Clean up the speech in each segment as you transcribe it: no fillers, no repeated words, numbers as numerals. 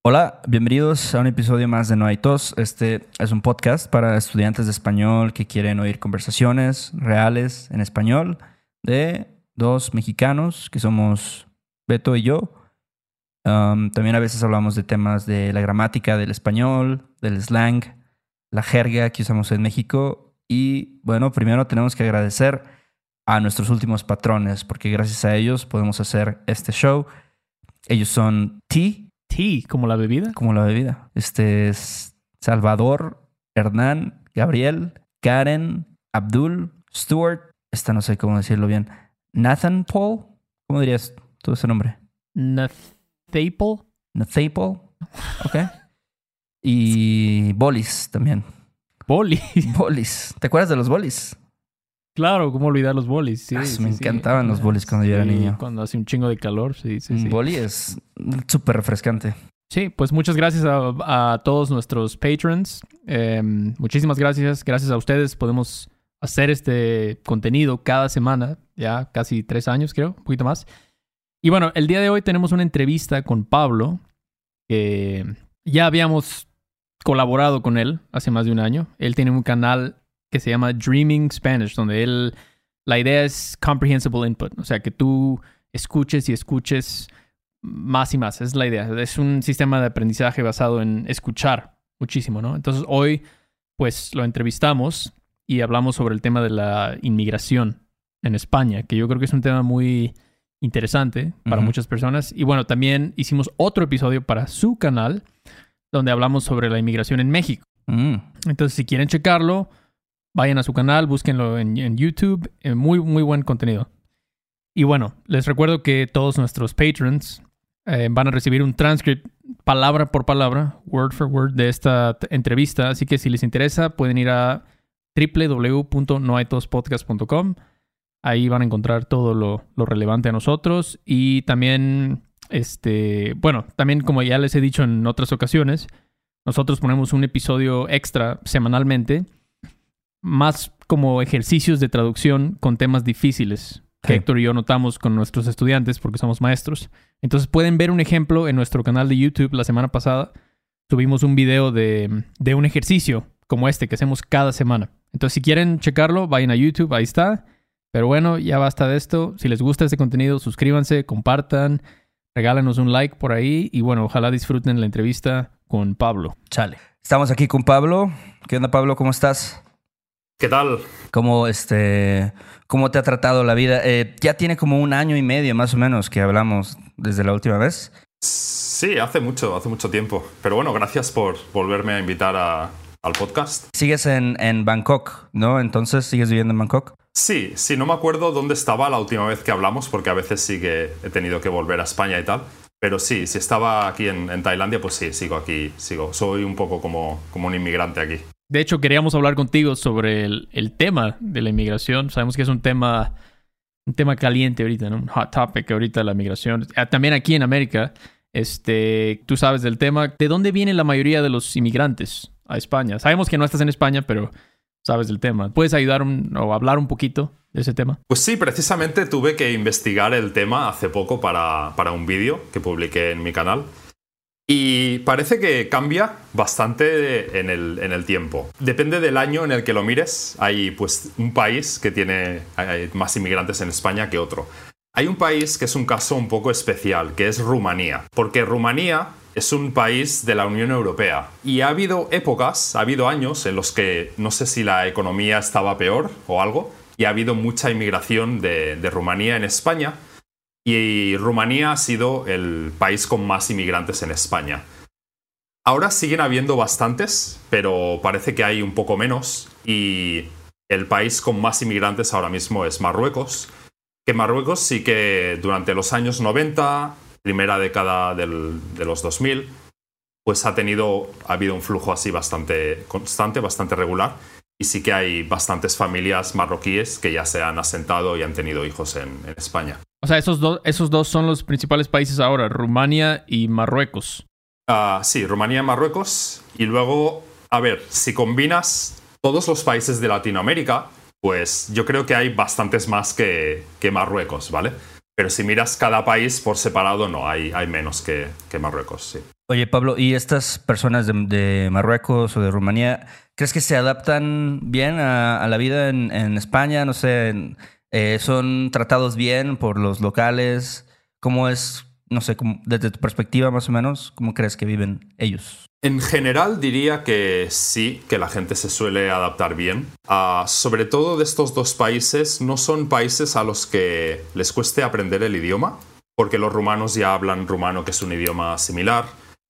Hola, bienvenidos a un episodio más de No hay tos. Este es un podcast para estudiantes de español que quieren oír conversaciones reales en español de dos mexicanos que somos Beto y yo. También a veces hablamos de temas de la gramática del español, del slang, la jerga que usamos en México. Y bueno, primero tenemos que agradecer a nuestros últimos patrones porque gracias a ellos podemos hacer este show. Ellos son Tea, como la bebida. Como la bebida. Este es Salvador, Hernán, Gabriel, Karen, Abdul, Stuart. No sé cómo decirlo bien. Nathan Paul. ¿Cómo dirías tú ese nombre? Nathaple. Ok. Y Bolis también. Bolis. ¿Te acuerdas de los bolis? Claro, ¿cómo olvidar los bolis? Sí, me encantaban los bolis cuando yo era niño. Cuando hace un chingo de calor, sí. Un boli es súper refrescante. Sí, pues muchas gracias a todos nuestros patrons. Muchísimas gracias. Gracias a ustedes podemos hacer este contenido cada semana. Ya casi 3 años, creo. Un poquito más. Y bueno, el día de hoy tenemos una entrevista con Pablo. Que ya habíamos colaborado con él hace más de un año. Él tiene un canal que se llama Dreaming Spanish, donde la idea es comprehensible input. O sea, que tú escuches y escuches más y más. Es la idea. Es un sistema de aprendizaje basado en escuchar muchísimo, ¿no? Entonces, hoy, pues, lo entrevistamos y hablamos sobre el tema de la inmigración en España, que yo creo que es un tema muy interesante para muchas personas. Y bueno, también hicimos otro episodio para su canal, donde hablamos sobre la inmigración en México. Entonces, si quieren checarlo, vayan a su canal, búsquenlo en YouTube. Muy, muy buen contenido. Y bueno, les recuerdo que todos nuestros patrons van a recibir un transcript palabra por palabra, word for word, de esta entrevista. Así que si les interesa, pueden ir a www.noaitospodcast.com. Ahí van a encontrar todo lo relevante a nosotros. Y también, también como ya les he dicho en otras ocasiones, nosotros ponemos un episodio extra semanalmente, más como ejercicios de traducción con temas difíciles que Héctor y yo notamos con nuestros estudiantes porque somos maestros. Entonces pueden ver un ejemplo en nuestro canal de YouTube. La semana pasada subimos un video de un ejercicio como este que hacemos cada semana. Entonces si quieren checarlo, vayan a YouTube, ahí está. Pero bueno, ya basta de esto. Si les gusta este contenido, suscríbanse, compartan, regálanos un like por ahí y bueno, ojalá disfruten la entrevista con Pablo. Chale. Estamos aquí con Pablo. ¿Qué onda, Pablo? ¿Cómo estás? ¿Qué tal? ¿Cómo te ha tratado la vida? Ya tiene como 1 año y medio más o menos que hablamos desde la última vez. Sí, hace mucho tiempo. Pero bueno, gracias por volverme a invitar al podcast. Sigues en Bangkok, ¿no? Entonces, ¿sigues viviendo en Bangkok? Sí, no me acuerdo dónde estaba la última vez que hablamos, porque a veces sí que he tenido que volver a España y tal. Pero sí, si estaba aquí en Tailandia, pues sí, sigo aquí. Soy un poco como un inmigrante aquí. De hecho, queríamos hablar contigo sobre el tema de la inmigración. Sabemos que es un tema caliente ahorita, ¿no? Un hot topic ahorita, la inmigración. También aquí en América, tú sabes del tema. ¿De dónde viene la mayoría de los inmigrantes a España? Sabemos que no estás en España, pero sabes del tema. ¿Puedes ayudar o hablar un poquito de ese tema? Pues sí, precisamente tuve que investigar el tema hace poco para un vídeo que publiqué en mi canal. Y parece que cambia bastante en el tiempo. Depende del año en el que lo mires. Hay pues un país que hay más inmigrantes en España que otro. Hay un país que es un caso un poco especial, que es Rumanía. Porque Rumanía es un país de la Unión Europea. Y ha habido años en los que no sé si la economía estaba peor o algo, y ha habido mucha inmigración de Rumanía en España. Y Rumanía ha sido el país con más inmigrantes en España. Ahora siguen habiendo bastantes, pero parece que hay un poco menos. Y el país con más inmigrantes ahora mismo es Marruecos. Que Marruecos sí que durante los años 90, primera década de los 2000, pues ha habido un flujo así bastante constante, bastante regular. Y sí que hay bastantes familias marroquíes que ya se han asentado y han tenido hijos en España. O sea, esos dos son los principales países ahora, Rumania y Marruecos. Sí, Rumanía y Marruecos. Y luego, a ver, si combinas todos los países de Latinoamérica, pues yo creo que hay bastantes más que Marruecos, ¿vale? Pero si miras cada país por separado, no, hay menos que Marruecos, sí. Oye, Pablo, ¿y estas personas de Marruecos o de Rumanía, crees que se adaptan bien a la vida en España? No sé, ¿son tratados bien por los locales? ¿Cómo es, no sé, desde tu perspectiva más o menos, cómo crees que viven ellos? En general diría que sí, que la gente se suele adaptar bien. Sobre todo de estos dos países, no son países a los que les cueste aprender el idioma, porque los rumanos ya hablan rumano, que es un idioma similar.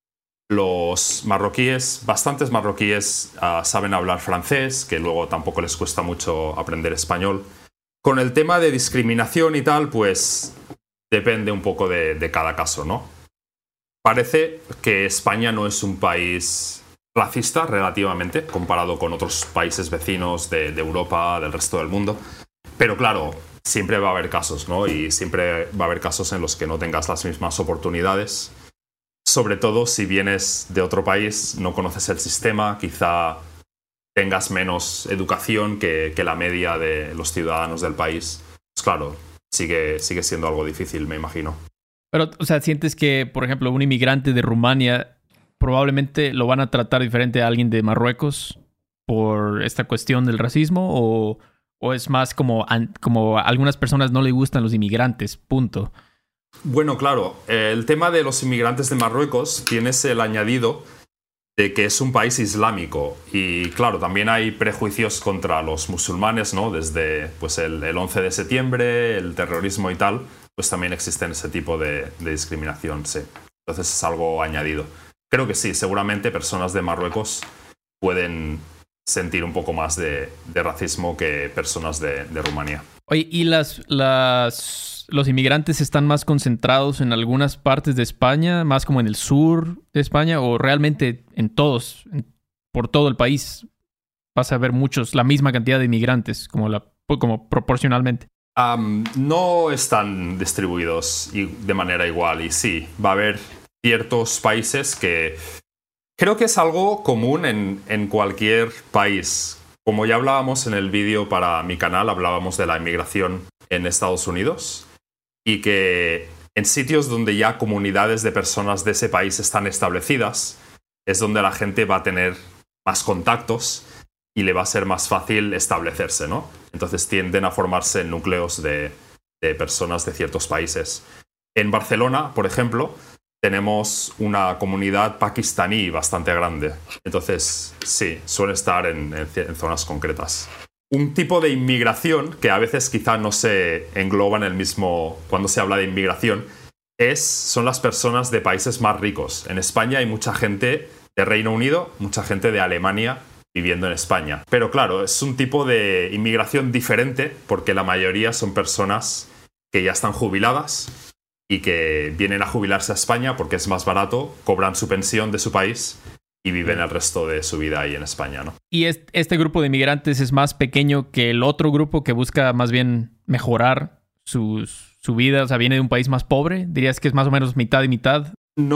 Los marroquíes, bastantes marroquíes saben hablar francés, que luego tampoco les cuesta mucho aprender español. Con el tema de discriminación y tal, pues depende un poco de cada caso, ¿no? Parece que España no es un país racista relativamente, comparado con otros países vecinos de Europa, del resto del mundo. Pero claro, siempre va a haber casos, ¿no? Y siempre va a haber casos en los que no tengas las mismas oportunidades. Sobre todo si vienes de otro país, no conoces el sistema, quizá tengas menos educación que la media de los ciudadanos del país. Pues claro, sigue siendo algo difícil, me imagino. Pero, o sea, ¿sientes que, por ejemplo, un inmigrante de Rumania probablemente lo van a tratar diferente a alguien de Marruecos por esta cuestión del racismo? ¿O es más como a algunas personas no le gustan los inmigrantes, punto? Bueno, claro, el tema de los inmigrantes de Marruecos tienes el añadido de que es un país islámico y claro, también hay prejuicios contra los musulmanes, ¿no? Desde pues, el 11 de septiembre, el terrorismo y tal, pues también existen ese tipo de discriminación, sí. Entonces es algo añadido. Creo que sí, seguramente personas de Marruecos pueden sentir un poco más de racismo que personas de Rumanía. Oye, ¿y los inmigrantes están más concentrados en algunas partes de España, más como en el sur de España, o realmente en todos, por todo el país vas a ver la misma cantidad de inmigrantes, como proporcionalmente? No están distribuidos de manera igual y sí, va a haber ciertos países que creo que es algo común en cualquier país. Como ya hablábamos en el vídeo para mi canal, hablábamos de la inmigración en Estados Unidos y que en sitios donde ya comunidades de personas de ese país están establecidas es donde la gente va a tener más contactos y le va a ser más fácil establecerse, ¿no? Entonces tienden a formarse núcleos de personas de ciertos países. En Barcelona, por ejemplo, tenemos una comunidad pakistaní bastante grande. Entonces, sí, suele estar en zonas concretas. Un tipo de inmigración que a veces quizá no se engloba en el mismo cuando se habla de inmigración son las personas de países más ricos. En España hay mucha gente de Reino Unido, mucha gente de Alemania viviendo en España. Pero claro, es un tipo de inmigración diferente porque la mayoría son personas que ya están jubiladas y que vienen a jubilarse a España porque es más barato, cobran su pensión de su país y viven el resto de su vida ahí en España, ¿no? ¿Y este grupo de inmigrantes es más pequeño que el otro grupo que busca más bien mejorar su vida? O sea, ¿viene de un país más pobre? ¿Dirías que es más o menos mitad y mitad?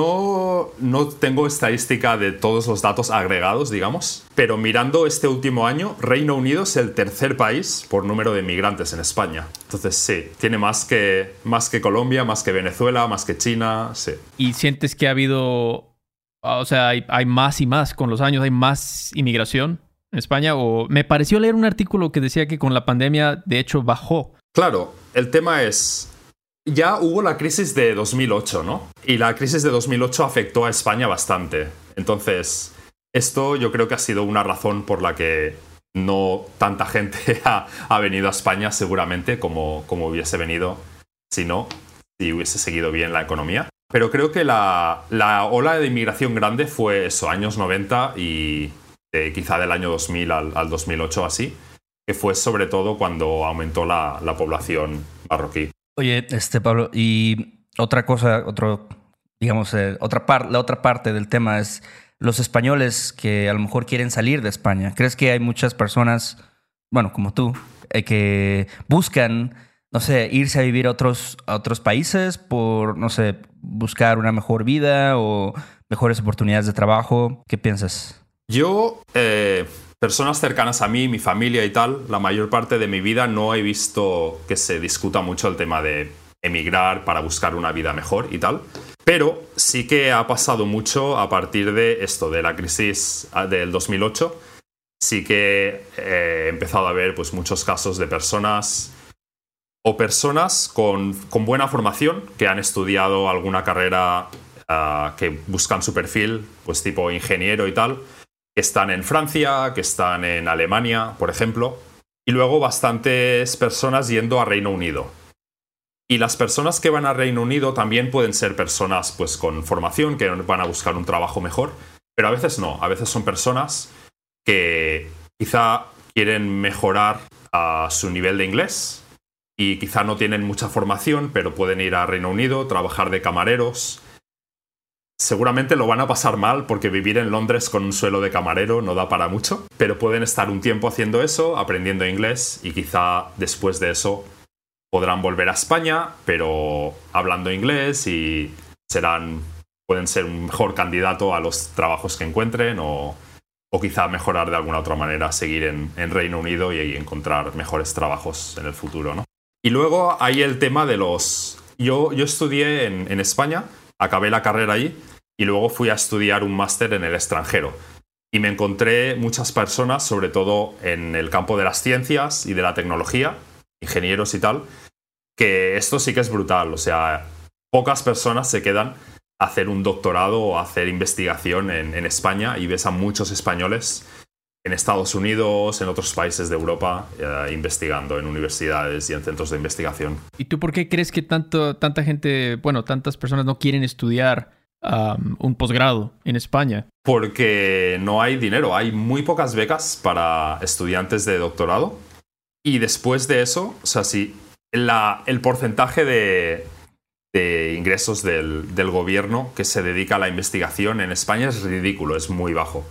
No tengo estadística de todos los datos agregados, digamos, pero mirando este último año, Reino Unido es el tercer país por número de inmigrantes en España. Entonces sí, tiene más que Colombia, más que Venezuela, más que China, sí. ¿Y sientes que ha habido, o sea, hay más y más con los años, hay más inmigración en España? O me pareció leer un artículo que decía que con la pandemia, de hecho, bajó. Claro, el tema es... Ya hubo la crisis de 2008, ¿no? Y la crisis de 2008 afectó a España bastante. Entonces, esto yo creo que ha sido una razón por la que no tanta gente ha venido a España seguramente como hubiese venido si hubiese seguido bien la economía. Pero creo que la ola de inmigración grande fue eso, años 90 y quizá del año 2000 al 2008 así, que fue sobre todo cuando aumentó la población marroquí. Oye, Pablo, y otra cosa, la otra parte del tema es los españoles que a lo mejor quieren salir de España. ¿Crees que hay muchas personas, bueno, como tú, que buscan, no sé, irse a vivir a otros países por, no sé, buscar una mejor vida o mejores oportunidades de trabajo? ¿Qué piensas? Yo, personas cercanas a mí, mi familia y tal, la mayor parte de mi vida no he visto que se discuta mucho el tema de emigrar para buscar una vida mejor y tal. Pero sí que ha pasado mucho a partir de esto, de la crisis del 2008. Sí que he empezado a ver pues, muchos casos de personas con buena formación que han estudiado alguna carrera que buscan su perfil, pues tipo ingeniero y tal, que están en Francia, que están en Alemania, por ejemplo, y luego bastantes personas yendo a Reino Unido. Y las personas que van a Reino Unido también pueden ser personas pues, con formación, que van a buscar un trabajo mejor, pero a veces no, a veces son personas que quizá quieren mejorar su nivel de inglés y quizá no tienen mucha formación, pero pueden ir a Reino Unido, trabajar de camareros. Seguramente lo van a pasar mal porque vivir en Londres con un sueldo de camarero no da para mucho, pero pueden estar un tiempo haciendo eso, aprendiendo inglés y quizá después de eso podrán volver a España, pero hablando inglés y pueden ser un mejor candidato a los trabajos que encuentren o quizá mejorar de alguna otra manera, seguir en Reino Unido y encontrar mejores trabajos en el futuro, ¿no? Y luego hay el tema de los... Yo estudié en España, acabé la carrera allí y luego fui a estudiar un máster en el extranjero. Y me encontré muchas personas, sobre todo en el campo de las ciencias y de la tecnología, ingenieros y tal, que esto sí que es brutal. O sea, pocas personas se quedan a hacer un doctorado o a hacer investigación en España y ves a muchos españoles en Estados Unidos, en otros países de Europa, investigando en universidades y en centros de investigación. ¿Y tú por qué crees que tanta gente, bueno, tantas personas no quieren estudiar un posgrado en España? Porque no hay dinero. Hay muy pocas becas para estudiantes de doctorado. Y después de eso, o sea, si el porcentaje de ingresos del gobierno que se dedica a la investigación en España es ridículo, es muy bajo.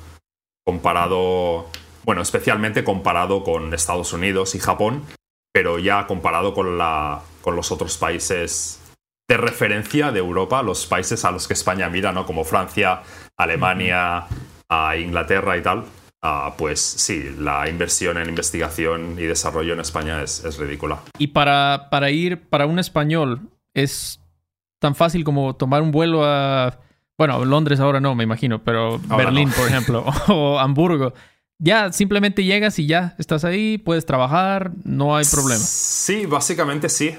Especialmente comparado con Estados Unidos y Japón, pero ya comparado con los otros países de referencia de Europa, los países a los que España mira, ¿no? Como Francia, Alemania, Inglaterra y tal, pues sí, la inversión en investigación y desarrollo en España es ridícula. Y para un español, ¿es tan fácil como tomar un vuelo a... Bueno, Londres ahora no, me imagino, pero ahora Berlín, no. Por ejemplo, o Hamburgo. Ya, simplemente llegas y ya, estás ahí, puedes trabajar, no hay problema. Sí, básicamente sí.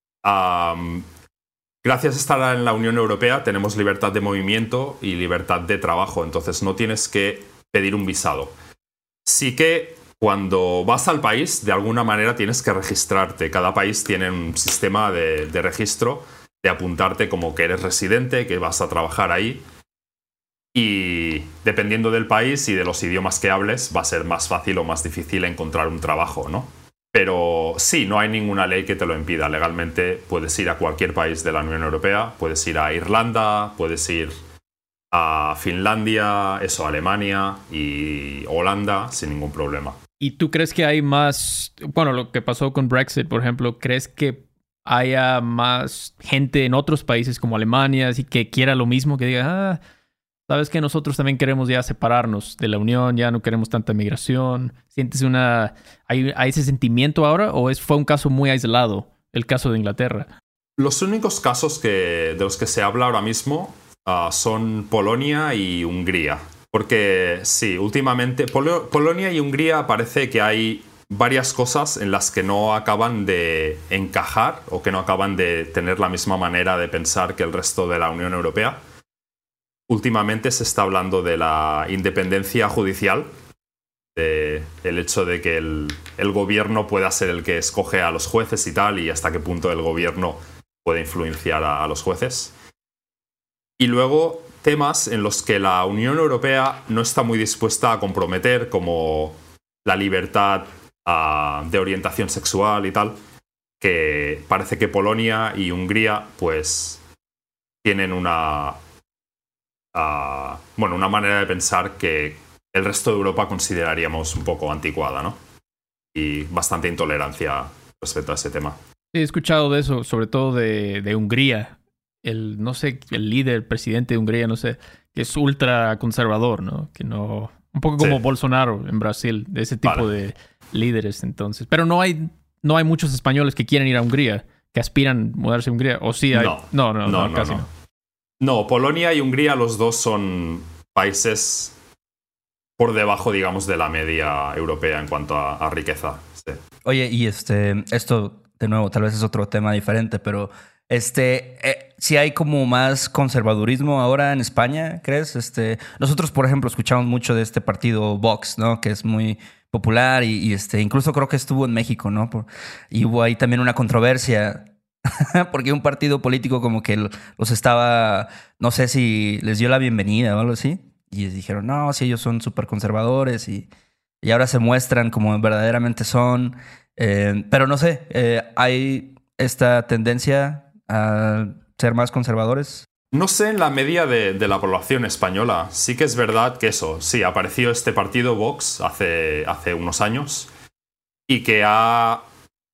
Gracias a estar en la Unión Europea tenemos libertad de movimiento y libertad de trabajo, entonces no tienes que pedir un visado. Sí que cuando vas al país, de alguna manera tienes que registrarte. Cada país tiene un sistema de registro, de apuntarte como que eres residente, que vas a trabajar ahí. Y dependiendo del país y de los idiomas que hables, va a ser más fácil o más difícil encontrar un trabajo, ¿no? Pero sí, no hay ninguna ley que te lo impida. Legalmente puedes ir a cualquier país de la Unión Europea, puedes ir a Irlanda, puedes ir a Finlandia, Alemania y Holanda sin ningún problema. ¿Y tú crees que hay más... Bueno, lo que pasó con Brexit, por ejemplo, ¿crees que haya más gente en otros países como Alemania así que quiera lo mismo, que diga, sabes que nosotros también queremos ya separarnos de la Unión, ya no queremos tanta migración? ¿Sientes hay ese sentimiento ahora o fue un caso muy aislado, el caso de Inglaterra? Los únicos casos de los que se habla ahora mismo son Polonia y Hungría. Porque sí, últimamente Polonia y Hungría parece que hay varias cosas en las que no acaban de encajar o que no acaban de tener la misma manera de pensar que el resto de la Unión Europea. Últimamente se está hablando de la independencia judicial, el hecho de que el gobierno pueda ser el que escoge a los jueces y tal, y hasta qué punto el gobierno puede influenciar a los jueces. Y luego temas en los que la Unión Europea no está muy dispuesta a comprometer, como la libertad de orientación sexual y tal, que parece que Polonia y Hungría pues tienen una manera de pensar que el resto de Europa consideraríamos un poco anticuada, ¿no? Y bastante intolerancia respecto a ese tema. Sí, he escuchado de eso, sobre todo de Hungría. El líder, el presidente de Hungría, no sé, que es ultra conservador, ¿no? Que no... Un poco como Bolsonaro en Brasil, de ese tipo de líderes, entonces. Pero no hay muchos españoles que quieren ir a Hungría. que aspiran a mudarse a Hungría. ¿O sí hay? No, casi no. No, Polonia y Hungría, los dos son países por debajo, digamos, de la media europea en cuanto a riqueza. Sí. Oye, y esto, de nuevo, tal vez es otro tema diferente, pero si hay como más conservadurismo ahora en España, ¿crees? Nosotros, por ejemplo, escuchamos mucho de este partido Vox, ¿no? Que es muy popular y incluso creo que estuvo en México, ¿no? Y hubo ahí también una controversia porque un partido político como que los estaba, no sé si les dio la bienvenida o algo así, y les dijeron, no, si ellos son súper conservadores y ahora se muestran como verdaderamente son. Pero no sé, ¿hay esta tendencia a ser más conservadores? No sé en la media de la población española. Sí que es verdad que eso, sí, apareció este partido Vox hace unos años y que ha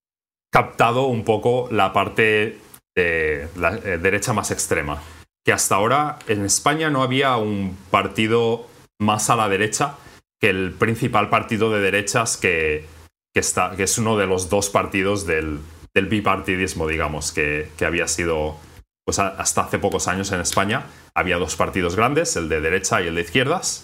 captado un poco la parte de la derecha más extrema. Que hasta ahora en España no había un partido más a la derecha que el principal partido de derechas que es uno de los dos partidos del bipartidismo, digamos, que había sido, pues hasta hace pocos años en España había dos partidos grandes, el de derecha y el de izquierdas,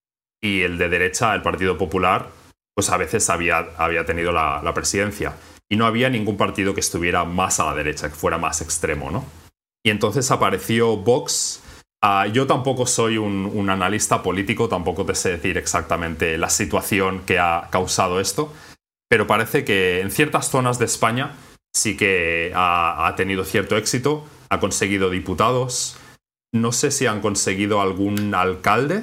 y el de derecha, el Partido Popular, pues a veces había tenido la presidencia, y no había ningún partido que estuviera más a la derecha, que fuera más extremo, ¿no? Y entonces apareció Vox. Yo tampoco soy un analista político, tampoco te sé decir exactamente la situación que ha causado esto, pero parece que en ciertas zonas de España sí que ha tenido cierto éxito, ha conseguido diputados, no sé si han conseguido algún alcalde,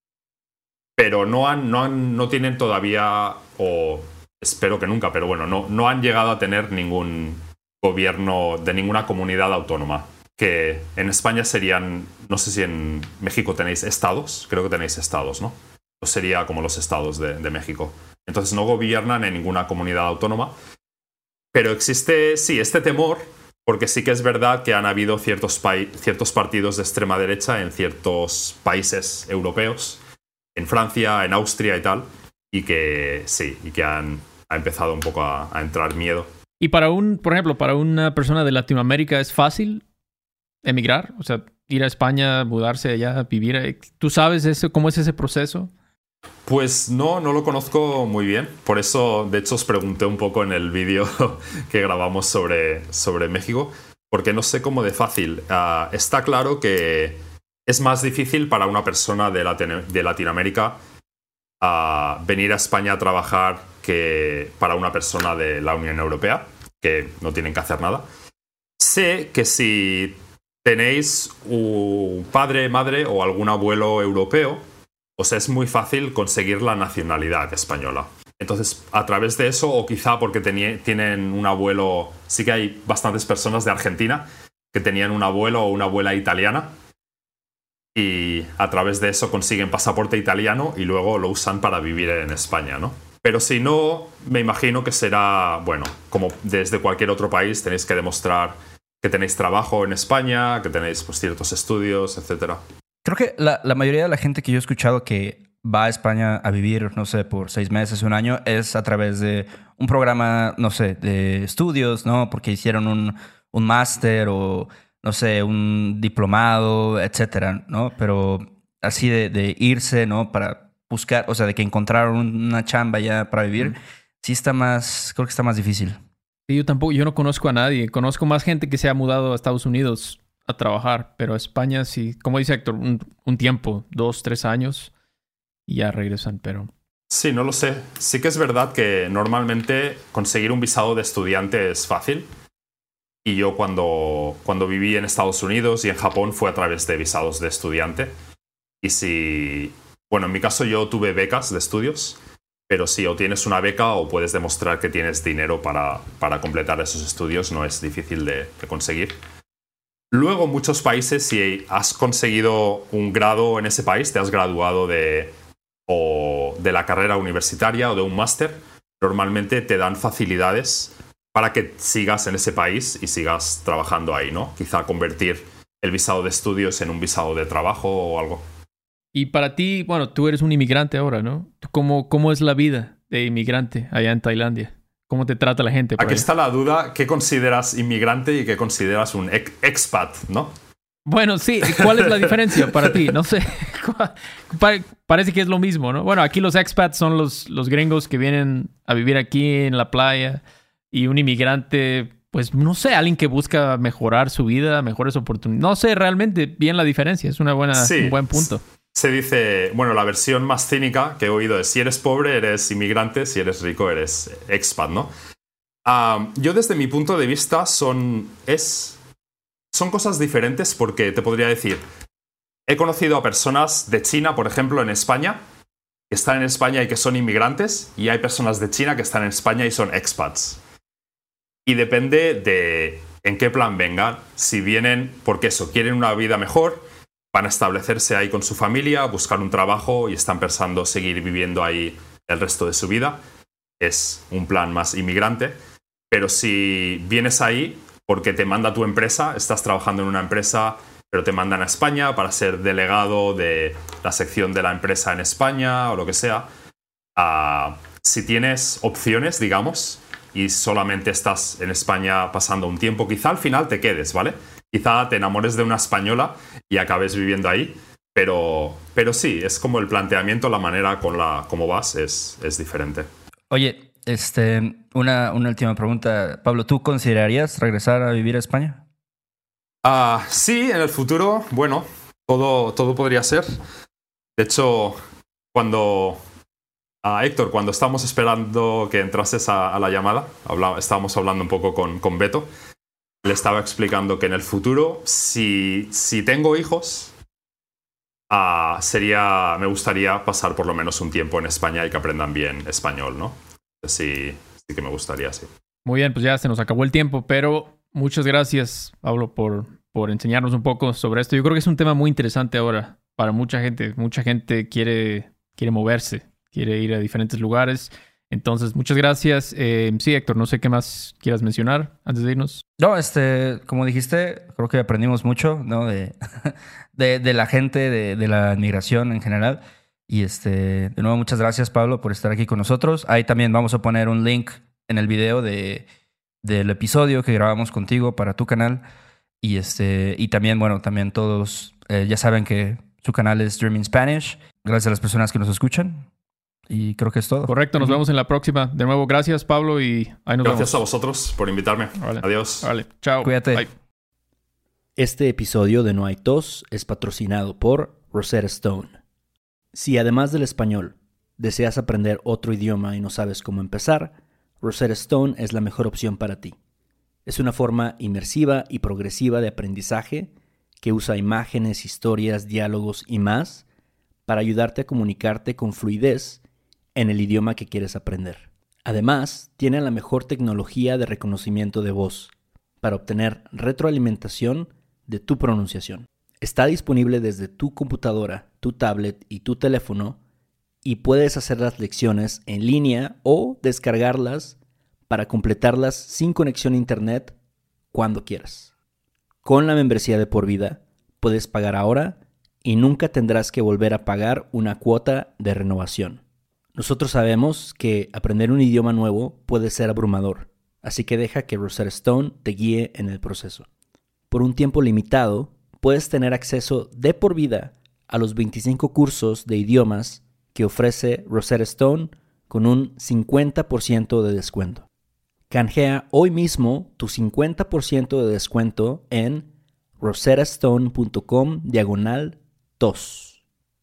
pero no tienen todavía, o espero que nunca, pero bueno, no han llegado a tener ningún gobierno de ninguna comunidad autónoma. Que en España serían, no sé si en México tenéis estados, creo que tenéis estados, ¿no? O sería como los estados de México. Entonces no gobiernan en ninguna comunidad autónoma, pero existe, sí, este temor, porque sí que es verdad que han habido ciertos partidos de extrema derecha en ciertos países europeos, en Francia, en Austria y tal, y que sí, y que ha empezado un poco a entrar miedo. Y por ejemplo, para una persona de Latinoamérica es fácil emigrar, o sea, ir a España, mudarse allá, vivir. ¿Tú sabes cómo es ese proceso? Pues no lo conozco muy bien. Por eso, de hecho, os pregunté un poco en el vídeo que grabamos sobre México, porque no sé cómo de fácil. Está claro que es más difícil para una persona de Latinoamérica venir a España a trabajar que para una persona de la Unión Europea, que no tienen que hacer nada. Sé que si tenéis un padre, madre o algún abuelo europeo, os es muy fácil conseguir la nacionalidad española. Entonces, a través de eso, o quizá porque tienen un abuelo, sí que hay bastantes personas de Argentina que tenían un abuelo o una abuela italiana, y a través de eso consiguen pasaporte italiano y luego lo usan para vivir en España, ¿no? Pero si no, me imagino que será, bueno, como desde cualquier otro país, tenéis que demostrar que tenéis trabajo en España, que tenéis pues, ciertos estudios, etc. Creo que la mayoría de la gente que yo he escuchado que va a España a vivir, no sé, por 6 meses, 1 año, es a través de un programa, no sé, de estudios, ¿no? Porque hicieron un máster o, no sé, un diplomado, etcétera, ¿no? Pero así de irse, ¿no? Para buscar, o sea, de que encontraron una chamba ya para vivir, sí está más, creo que está más difícil. Yo no conozco a nadie. Conozco más gente que se ha mudado a Estados Unidos a trabajar, pero a España sí, como dice Héctor, un tiempo, 2, 3 años y ya regresan, pero... Sí, no lo sé. Sí que es verdad que normalmente conseguir un visado de estudiante es fácil. Y yo cuando viví en Estados Unidos y en Japón fue a través de visados de estudiante. Y si... Bueno, en mi caso yo tuve becas de estudios, pero si o tienes una beca o puedes demostrar que tienes dinero para completar esos estudios, no es difícil de conseguir. Luego, en muchos países, si has conseguido un grado en ese país, te has graduado de la carrera universitaria o de un máster, normalmente te dan facilidades para que sigas en ese país y sigas trabajando ahí, ¿no? Quizá convertir el visado de estudios en un visado de trabajo o algo. Y para ti, bueno, tú eres un inmigrante ahora, ¿no? ¿Cómo es la vida de inmigrante allá en Tailandia? ¿Cómo te trata la gente por Aquí ahí? está la duda, ¿qué consideras inmigrante y qué consideras un expat, no? Bueno, sí. ¿Cuál es la diferencia para ti? No sé. Parece que es lo mismo, ¿no? Bueno, aquí los expats son los gringos que vienen a vivir aquí en la playa y un inmigrante, pues no sé, alguien que busca mejorar su vida, mejores oportunidades. No sé realmente bien la diferencia. Es un buen punto. Se dice, bueno, la versión más cínica que he oído es si eres pobre eres inmigrante, si eres rico eres expat, ¿no? Yo desde mi punto de vista son cosas diferentes porque te podría decir, he conocido a personas de China, por ejemplo, en España, que están en España y que son inmigrantes, y hay personas de China que están en España y son expats. Y depende de en qué plan vengan. Si vienen porque quieren una vida mejor, van a establecerse ahí con su familia, buscar un trabajo y están pensando seguir viviendo ahí el resto de su vida. Es un plan más inmigrante. Pero si vienes ahí porque te manda tu empresa, estás trabajando en una empresa, pero te mandan a España para ser delegado de la sección de la empresa en España o lo que sea. Si tienes opciones, digamos, y solamente estás en España pasando un tiempo, quizá al final te quedes, ¿vale? Quizá te enamores de una española y acabes viviendo ahí, pero sí, es como el planteamiento, la manera como vas es diferente. Oye, una última pregunta. Pablo, ¿tú considerarías regresar a vivir a España? Sí, en el futuro, bueno, todo podría ser. De hecho, Héctor, cuando estábamos esperando que entrases a la llamada, estábamos hablando un poco con Beto. Le estaba explicando que en el futuro, si tengo hijos, me gustaría pasar por lo menos un tiempo en España y que aprendan bien español, ¿no? Sí que me gustaría, sí. Muy bien, pues ya se nos acabó el tiempo, pero muchas gracias, Pablo, por enseñarnos un poco sobre esto. Yo creo que es un tema muy interesante ahora para mucha gente. Mucha gente quiere moverse, quiere ir a diferentes lugares. Entonces, muchas gracias. Sí, Héctor, no sé qué más quieras mencionar antes de irnos. No, como dijiste, creo que aprendimos mucho, ¿no? De la gente, de la inmigración en general. Y de nuevo, muchas gracias, Pablo, por estar aquí con nosotros. Ahí también vamos a poner un link en el video del episodio que grabamos contigo para tu canal. Y también, bueno, también todos ya saben que su canal es Dreaming Spanish. Gracias a las personas que nos escuchan. Y creo que es todo. Correcto, nos vemos en la próxima. De nuevo, gracias, Pablo, y ahí nos vemos. Gracias a vosotros por invitarme. Vale. Adiós. Vale, chao. Cuídate. Bye. Este episodio de No hay tos es patrocinado por Rosetta Stone. Si además del español deseas aprender otro idioma y no sabes cómo empezar, Rosetta Stone es la mejor opción para ti. Es una forma inmersiva y progresiva de aprendizaje que usa imágenes, historias, diálogos y más para ayudarte a comunicarte con fluidez en el idioma que quieres aprender. Además, tiene la mejor tecnología de reconocimiento de voz para obtener retroalimentación de tu pronunciación. Está disponible desde tu computadora, tu tablet y tu teléfono y puedes hacer las lecciones en línea o descargarlas para completarlas sin conexión a internet cuando quieras. Con la membresía de por vida puedes pagar ahora y nunca tendrás que volver a pagar una cuota de renovación. Nosotros sabemos que aprender un idioma nuevo puede ser abrumador, así que deja que Rosetta Stone te guíe en el proceso. Por un tiempo limitado, puedes tener acceso de por vida a los 25 cursos de idiomas que ofrece Rosetta Stone con un 50% de descuento. Canjea hoy mismo tu 50% de descuento en rosettastone.com/tos.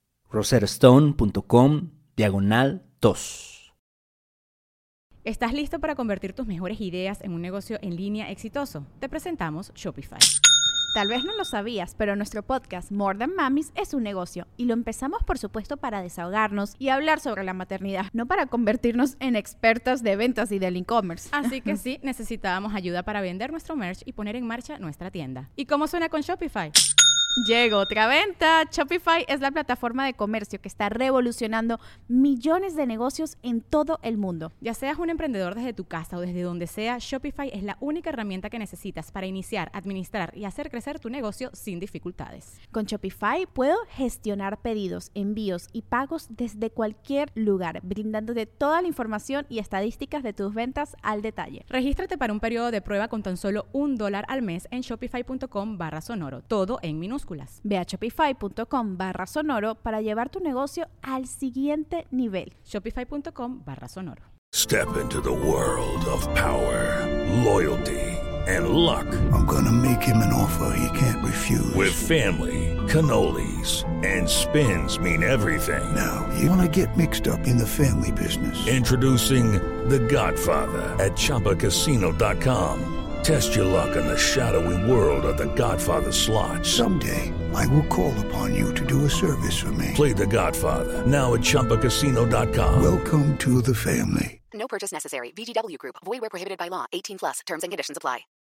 rosettastone.com/tos. ¿Estás listo para convertir tus mejores ideas en un negocio en línea exitoso? Te presentamos Shopify. Tal vez no lo sabías, pero nuestro podcast More Than Mamis es un negocio y lo empezamos por supuesto para desahogarnos y hablar sobre la maternidad, no para convertirnos en expertas de ventas y del e-commerce. Así que sí, necesitábamos ayuda para vender nuestro merch y poner en marcha nuestra tienda. ¿Y cómo suena con Shopify? Llegó otra venta. Shopify es la plataforma de comercio que está revolucionando millones de negocios en todo el mundo. Ya seas un emprendedor desde tu casa o desde donde sea, Shopify es la única herramienta que necesitas para iniciar, administrar y hacer crecer tu negocio sin dificultades. Con Shopify puedo gestionar pedidos, envíos y pagos desde cualquier lugar, brindándote toda la información y estadísticas de tus ventas al detalle. Regístrate para un periodo de prueba con tan solo $1 al mes en shopify.com/sonoro, todo en minúsculas. Ve a shopify.com/sonoro para llevar tu negocio al siguiente nivel. Shopify.com/sonoro. Step into the world of power, loyalty, and luck. I'm gonna make him an offer he can't refuse. With family, cannolis, and spins mean everything. Now, you wanna get mixed up in the family business. Introducing The Godfather at ChumbaCasino.com. Test your luck in the shadowy world of The Godfather slot. Someday, I will call upon you to do a service for me. Play The Godfather now at ChumbaCasino.com. Welcome to the family. No purchase necessary. VGW Group. Void where prohibited by law. 18+. Terms and conditions apply.